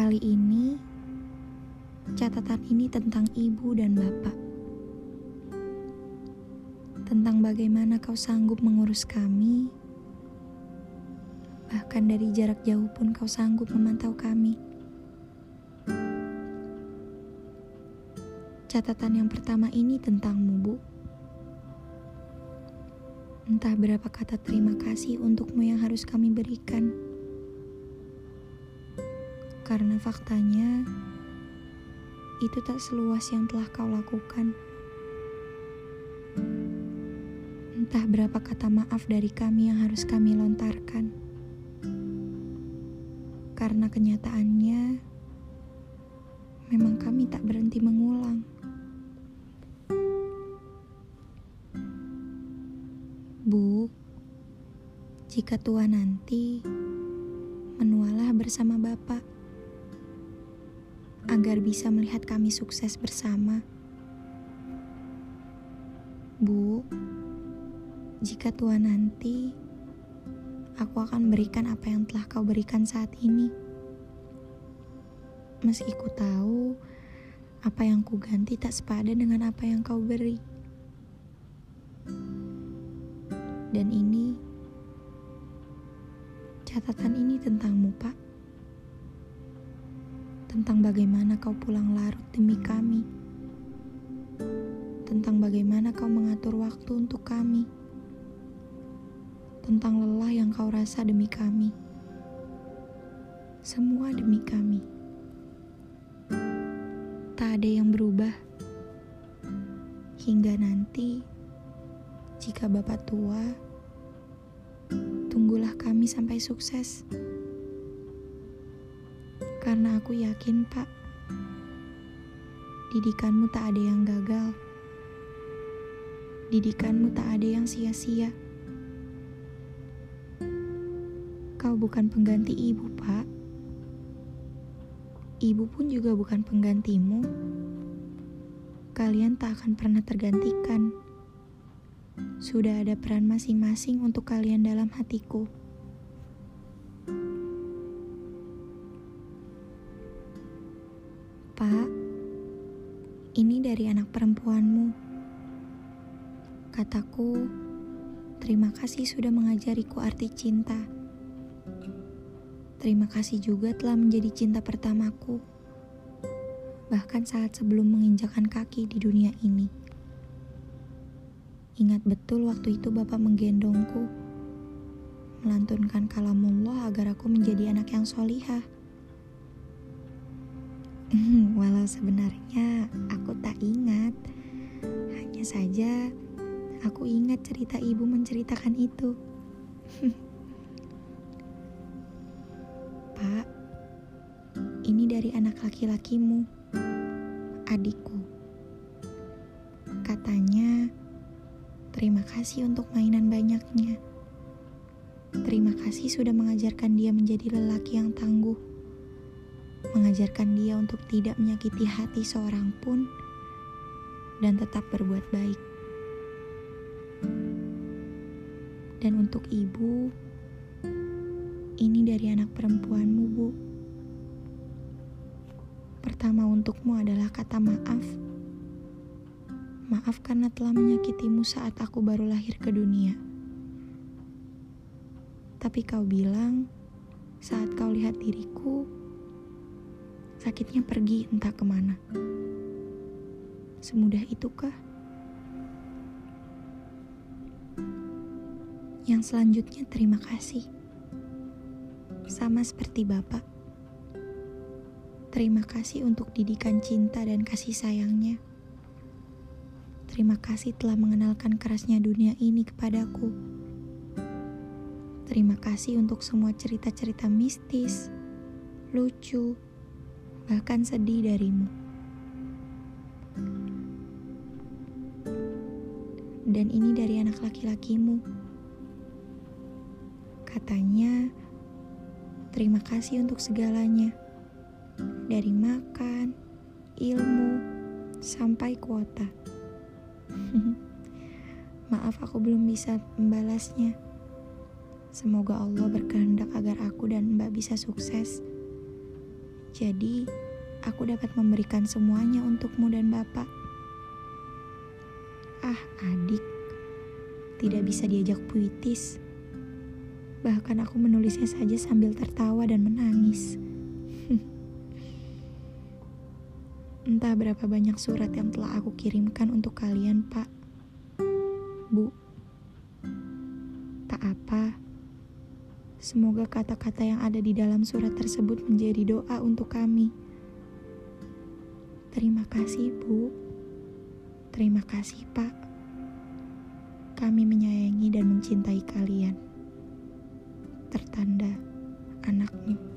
Kali ini, catatan ini tentang ibu dan bapak. Tentang bagaimana kau sanggup mengurus kami, bahkan dari jarak jauh pun kau sanggup memantau kami. Catatan yang pertama ini tentangmu, Bu. Entah berapa kata terima kasih untukmu yang harus kami berikan. Karena faktanya, itu tak seluas yang telah kau lakukan. Entah berapa kata maaf dari kami yang harus kami lontarkan. Karena kenyataannya, memang kami tak berhenti mengulang. Bu, jika tua nanti, menualah bersama Bapak, agar bisa melihat kami sukses bersama. Bu, jika tua nanti, aku akan berikan apa yang telah kau berikan saat ini. Meski ku tahu, apa yang ku ganti tak sepadan dengan apa yang kau beri. Dan ini, catatan ini tentangmu, Pak. Tentang bagaimana kau pulang larut demi kami. Tentang bagaimana kau mengatur waktu untuk kami. Tentang lelah yang kau rasa demi kami. Semua demi kami. Tak ada yang berubah. Hingga nanti, jika Bapak tua, tunggulah kami sampai sukses. Karena aku yakin, Pak, didikanmu tak ada yang gagal. Didikanmu tak ada yang sia-sia. Kau bukan pengganti ibu, Pak. Ibu pun juga bukan penggantimu. Kalian tak akan pernah tergantikan. Sudah ada peran masing-masing untuk kalian dalam hatiku. Pak, ini dari anak perempuanmu. Kataku, terima kasih sudah mengajariku arti cinta. Terima kasih juga telah menjadi cinta pertamaku. Bahkan saat sebelum menginjakkan kaki di dunia ini. Ingat betul waktu itu Bapak menggendongku, melantunkan kalamullah agar aku menjadi anak yang solihah. Walau sebenarnya aku tak ingat, hanya saja aku ingat cerita ibu menceritakan itu. Pak, ini dari anak laki-lakimu, adikku. Katanya, terima kasih untuk mainan banyaknya. Terima kasih sudah mengajarkan dia menjadi lelaki yang tangguh. Mengajarkan dia untuk tidak menyakiti hati seorang pun dan tetap berbuat baik. Dan untuk ibu, ini dari anak perempuanmu, Bu. Pertama untukmu adalah kata maaf. Maaf karena telah menyakitimu saat aku baru lahir ke dunia. Tapi kau bilang, saat kau lihat diriku, sakitnya pergi entah kemana. Semudah itukah? Yang selanjutnya terima kasih. Sama seperti Bapak. Terima kasih untuk didikan cinta dan kasih sayangnya. Terima kasih telah mengenalkan kerasnya dunia ini kepadaku. Terima kasih untuk semua cerita-cerita mistis, lucu, bahkan sedih darimu. Dan ini dari anak laki-lakimu. Katanya, terima kasih untuk segalanya. Dari makan, ilmu, sampai kuota. Maaf aku belum bisa membalasnya. Semoga Allah berkehendak agar aku dan Mbak bisa sukses. Jadi, aku dapat memberikan semuanya untukmu dan Bapak. Ah, adik, tidak bisa diajak puitis. Bahkan aku menulisnya saja sambil tertawa dan menangis. Entah berapa banyak surat yang telah aku kirimkan untuk kalian, Pak. Bu. Tak apa. Semoga kata-kata yang ada di dalam surat tersebut menjadi doa untuk kami. Terima kasih, Bu. Terima kasih, Pak. Kami menyayangi dan mencintai kalian. Tertanda, anakmu.